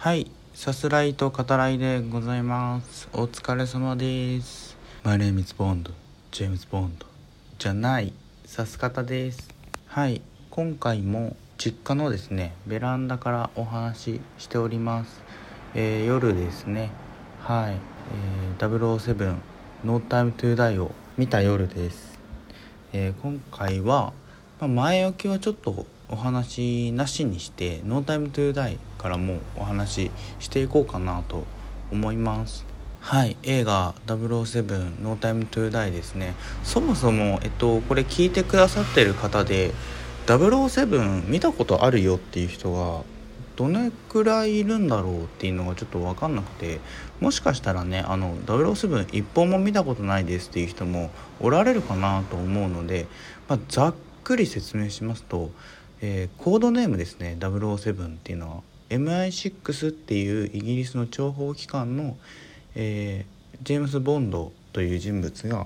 はい、さすらいと語らいでございます。お疲れ様です。My name is Bond、ジェームズ・ボンドじゃない、さす方です。はい、今回も実家のですね、ベランダからお話ししております。夜ですね。はい、007 No Time to Die を見た夜です。今回は、前置きはちょっとお話なしにして No Time to Die からもお話ししていこうかなと思います。はい、映画007 No Time to Die ですね。そもそも、これ聞いてくださってる方で007見たことあるよっていう人がどれくらいいるんだろうっていうのがちょっと分かんなくて、もしかしたらね007一本も見たことないですっていう人もおられるかなと思うので、ざっくり説明しますと、コードネームですね。007っていうのは MI6 っていうイギリスの諜報機関の、ジェームズ・ボンドという人物が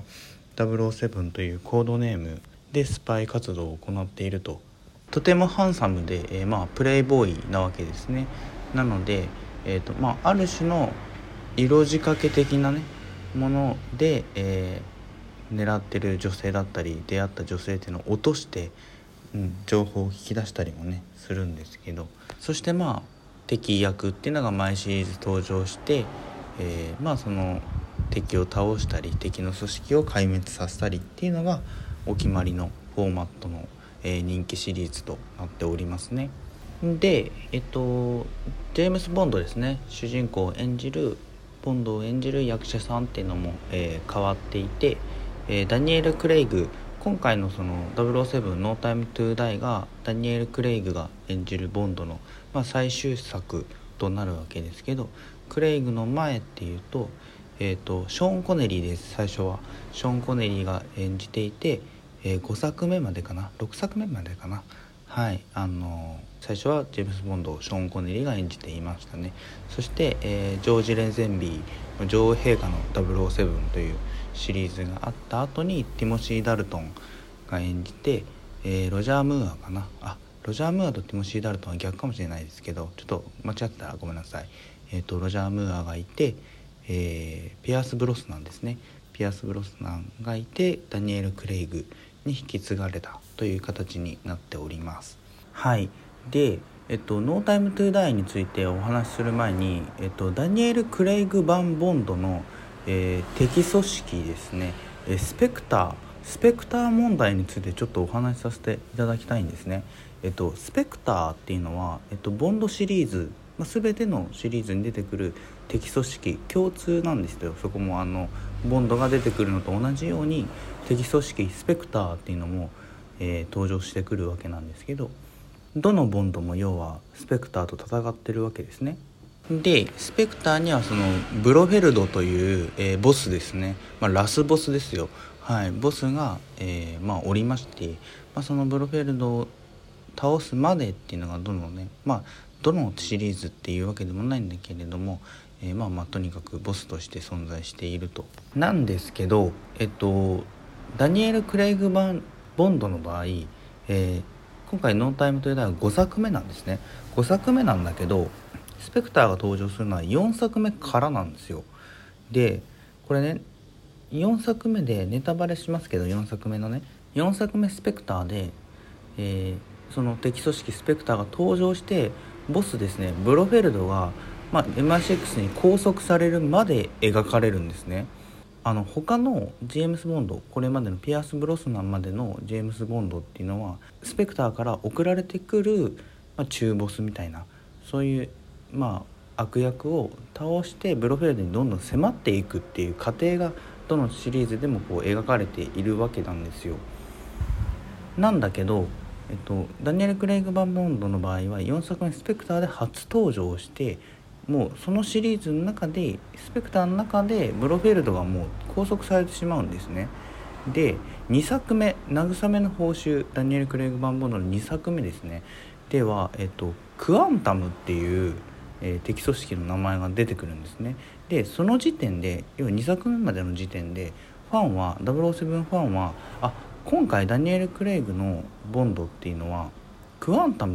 007というコードネームでスパイ活動を行っていると。とてもハンサムで、プレイボーイなわけですね。なので、ある種の色仕掛け的なねもので、狙ってる女性だったり出会った女性っていうのを落として、情報を聞き出したりもねするんですけど、そして敵役っていうのが毎シリーズ登場して、その敵を倒したり敵の組織を壊滅させたりっていうのがお決まりのフォーマットの、人気シリーズとなっておりますね。で、ジェームス・ボンドですね、主人公を演じるボンドを演じる役者さんっていうのも、変わっていて、ダニエル・クレイグ、今回のその007 No Time to Die がダニエル・クレイグが演じるボンドの、最終作となるわけですけど、クレイグの前っていうと、ショーン・コネリーです。最初はショーン・コネリーが演じていて、5作目までかな6作目までかな。はい、最初はジェームス・ボンドをショーン・コネリーが演じていましたね。そして、ジョージ・レンゼンビー女王陛下の007というシリーズがあった後にティモシー・ダルトンが演じて、ロジャー・ムーアかな。ロジャー・ムーアとティモシー・ダルトンは逆かもしれないですけど、ちょっと間違ってたらごめんなさい。ロジャー・ムーアがいて、ピアース・ブロスナンですね。ピアース・ブロスナンがいてダニエル・クレイグに引き継がれたという形になっております。はい。で、ノータイムトゥーダイについてお話しする前に、ダニエル・クレイグ版ボンドの、敵組織ですね、スペクター問題についてちょっとお話しさせていただきたいんですね。スペクターっていうのは、ボンドシリーズ、全てのシリーズに出てくる敵組織共通なんですよ。そこもボンドが出てくるのと同じように敵組織スペクターっていうのも、登場してくるわけなんですけど、どのボンドも要はスペクターと戦ってるわけですね。でスペクターにはそのブロフェルドという、ボスですね、ラスボスですよ。はい、ボスが、おりまして、そのブロフェルドを倒すまでっていうのがどのね、どのシリーズっていうわけでもないんだけれども、とにかくボスとして存在していると。なんですけど、ダニエル・クレイグ版ボンドの場合、今回ノータイムというのは5作目なんですね。5作目なんだけどスペクターが登場するのは4作目からなんですよ。でこれね、4作目でネタバレしますけど、4作目スペクターで、その敵組織スペクターが登場してボスですねブロフェルドが、MI6 に拘束されるまで描かれるんですね。他のジェームス・ボンド、これまでのピアース・ブロスナンまでのジェームス・ボンドっていうのはスペクターから送られてくる、中ボスみたいな、そういう、悪役を倒してブロフェルドにどんどん迫っていくっていう過程がどのシリーズでもこう描かれているわけなんですよ。なんだけど、ダニエル・クレイグ版ボンドの場合は4作目スペクターで初登場して、もうそのシリーズの中でスペクターの中でブロフェルドがもう拘束されてしまうんですね。で2作目慰めの報酬、ダニエル・クレイグ・バンボンドの2作目ですねでは、クアンタムっていう、敵組織の名前が出てくるんですね。でその時点で、要は2作目までの時点でファンは007ファンは今回ダニエル・クレイグのボンドっていうのはクアンタムが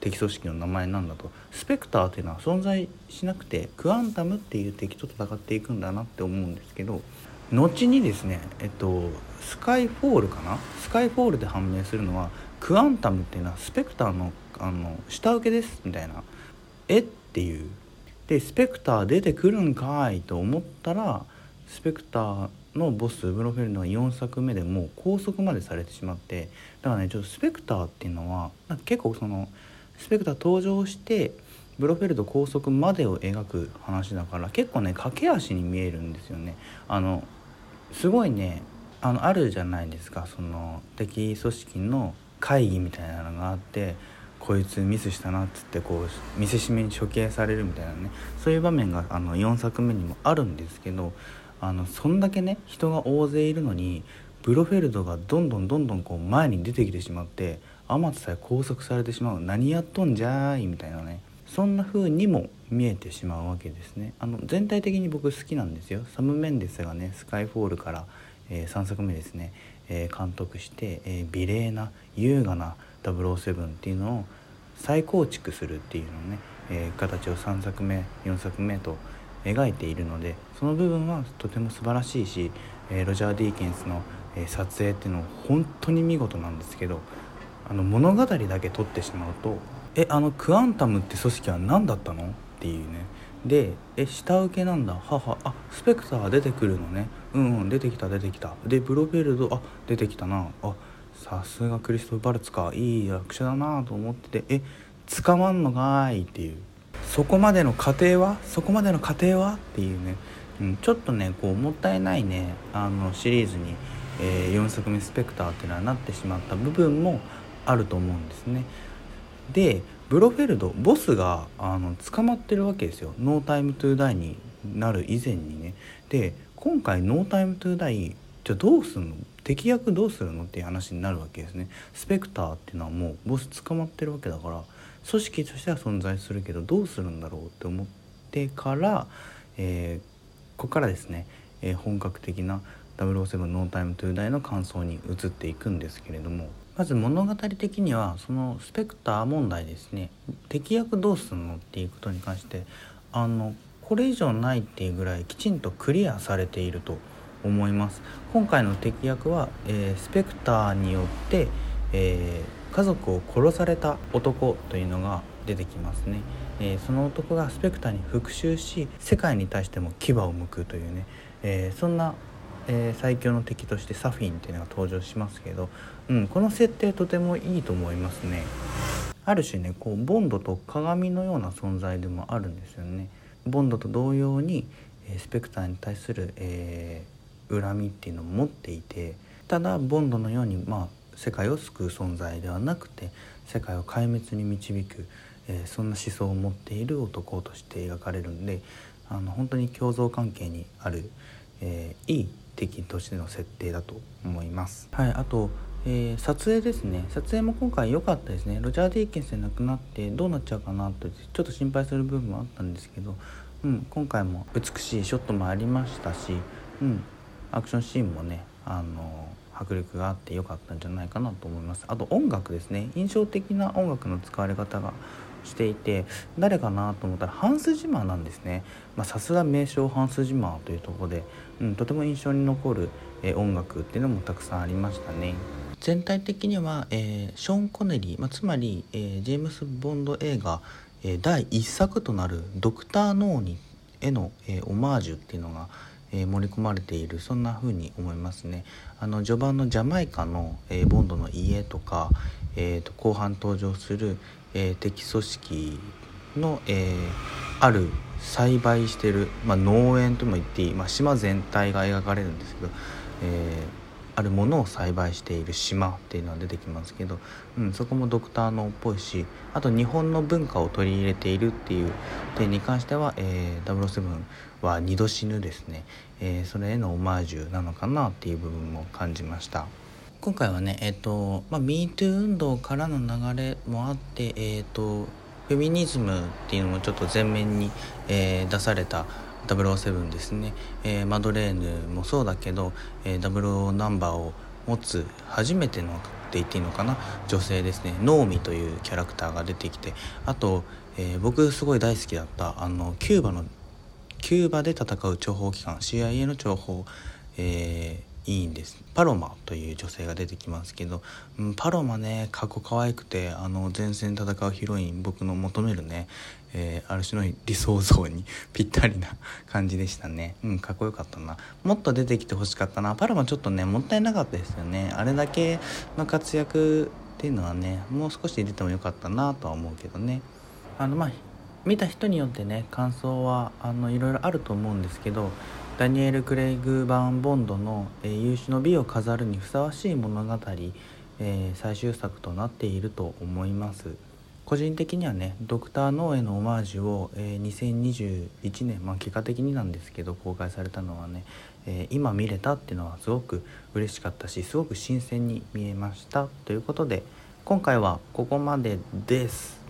敵組織の名前なんだと。スペクターっていうのは存在しなくてクアンタムっていう敵と戦っていくんだなって思うんですけど、後にですねスカイフォールかな、スカイフォールで判明するのはクアンタムっていうのはスペクターの下請けですみたいな、っていうで、スペクター出てくるんかいと思ったら、スペクターのボスブロフェルドが4作目でもう拘束までされてしまって、だからねちょっとスペクターっていうのはなんか結構そのスペクター登場してブロフェルド拘束までを描く話だから、結構ね駆け足に見えるんですよね。すごいねあるじゃないですか、その敵組織の会議みたいなのがあって、こいつミスしたなっつってこう見せしめに処刑されるみたいなね、そういう場面が4作目にもあるんですけど、そんだけね人が大勢いるのにブロフェルドがどんどんこう前に出てきてしまって、あまつさえ拘束されてしまう、何やっとんじゃーいみたいなね、そんな風にも見えてしまうわけですね。全体的に僕好きなんですよ。サム・メンデスがねスカイフォールから、3作目ですね、監督して、美麗な優雅な007っていうのを再構築するっていうのね、形を3作目4作目と描いているので、その部分はとても素晴らしいし、ロジャー・ディーケンスの、撮影っていうのは本当に見事なんですけど、物語だけ撮ってしまうとクアンタムって組織は何だったのっていうね、で下請けなんだ、スペクター出てくるのね、出てきたでブロフェルド出てきたな、さすがクリストフ・バルツか、いい役者だなと思ってて、捕まんのかーいっていう、そこまでの過程はっていうね、ちょっとねこうもったいないねシリーズに、4作目スペクターっていうのはなってしまった部分もあると思うんですね。でブロフェルドボスが捕まってるわけですよ、ノータイムトゥーダイになる以前にね。で今回ノータイムトゥーダイじゃあどうするの、敵役どうするのっていう話になるわけですね。スペクターっていうのはもうボス捕まってるわけだから、組織としては存在するけどどうするんだろうって思ってから、ここからですね、本格的な007ノータイムトゥーダイの感想に移っていくんですけれども、まず物語的にはそのスペクター問題ですね、敵役どうするのっていうことに関してこれ以上ないっていうぐらいきちんとクリアされていると思います。今回の敵役は、スペクターによって、家族を殺された男というのが出てきますね。その男がスペクターに復讐し世界に対しても牙を向くというね、そんな最強の敵としてサフィンっていうのが登場しますけど、この設定とてもいいと思いますね。ある種ねこうボンドと鏡のような存在でもあるんですよね。ボンドと同様にスペクターに対する、恨みっていうのを持っていて、ただボンドのように世界を救う存在ではなくて世界を壊滅に導く、そんな思想を持っている男として描かれるんで、本当に共存関係にある、いい敵としての設定だと思います。あと、撮影ですね。撮影も今回良かったですね。ロジャー・ディーケンスで亡くなってどうなっちゃうかなとちょっと心配する部分もあったんですけど、今回も美しいショットもありましたし、アクションシーンもね迫力があって良かったんじゃないかなと思います。あと音楽ですね、印象的な音楽の使われ方がしていて、誰かなと思ったらハンス・ジマーなんですね。さすが名将ハンス・ジマーというところで、とても印象に残る、音楽っていうのもたくさんありましたね。全体的には、ショーン・コネリー、つまり、ジェームス・ボンド映画、第1作となるドクター・ノーにへの、オマージュっていうのが、盛り込まれている、そんな風に思いますね。序盤のジャマイカの、ボンドの家とか、後半登場する、敵組織の、ある栽培している、農園とも言っていい、島全体が描かれるんですけど、あるものを栽培している島っていうのは出てきますけど、そこもドクターノーっぽいし、あと日本の文化を取り入れているっていう点に関しては、007は2度死ぬですね、それへのオマージュなのかなっていう部分も感じました。今回はねMeToo 運動からの流れもあって、フェミニズムっていうのもちょっと前面に、出された007ですね。マドレーヌもそうだけど、00ナンバーを持つ初めてのって言っていいのかな、女性ですね。ノーミというキャラクターが出てきて、あと、僕すごい大好きだったキューバで戦う諜報機関 CIA の諜報、いいんです。パロマという女性が出てきますけど、パロマね、かっこ可愛くて、前線で戦うヒロイン、僕の求めるね、ある種の理想像にぴったりな感じでしたね。かっこよかったな。もっと出てきてほしかったな。パロマちょっとね、もったいなかったですよね。あれだけの活躍っていうのはね、もう少し入れてもよかったなとは思うけどね。見た人によってね、感想はいろいろあると思うんですけど、ダニエル・クレイグ・バーン・ボンドの、有終の美を飾るにふさわしい物語、最終作となっていると思います。個人的にはね、ドクター・ノーへのオマージュを、2021年、結果的になんですけど公開されたのはね、今見れたっていうのはすごく嬉しかったし、すごく新鮮に見えましたということで、今回はここまでです。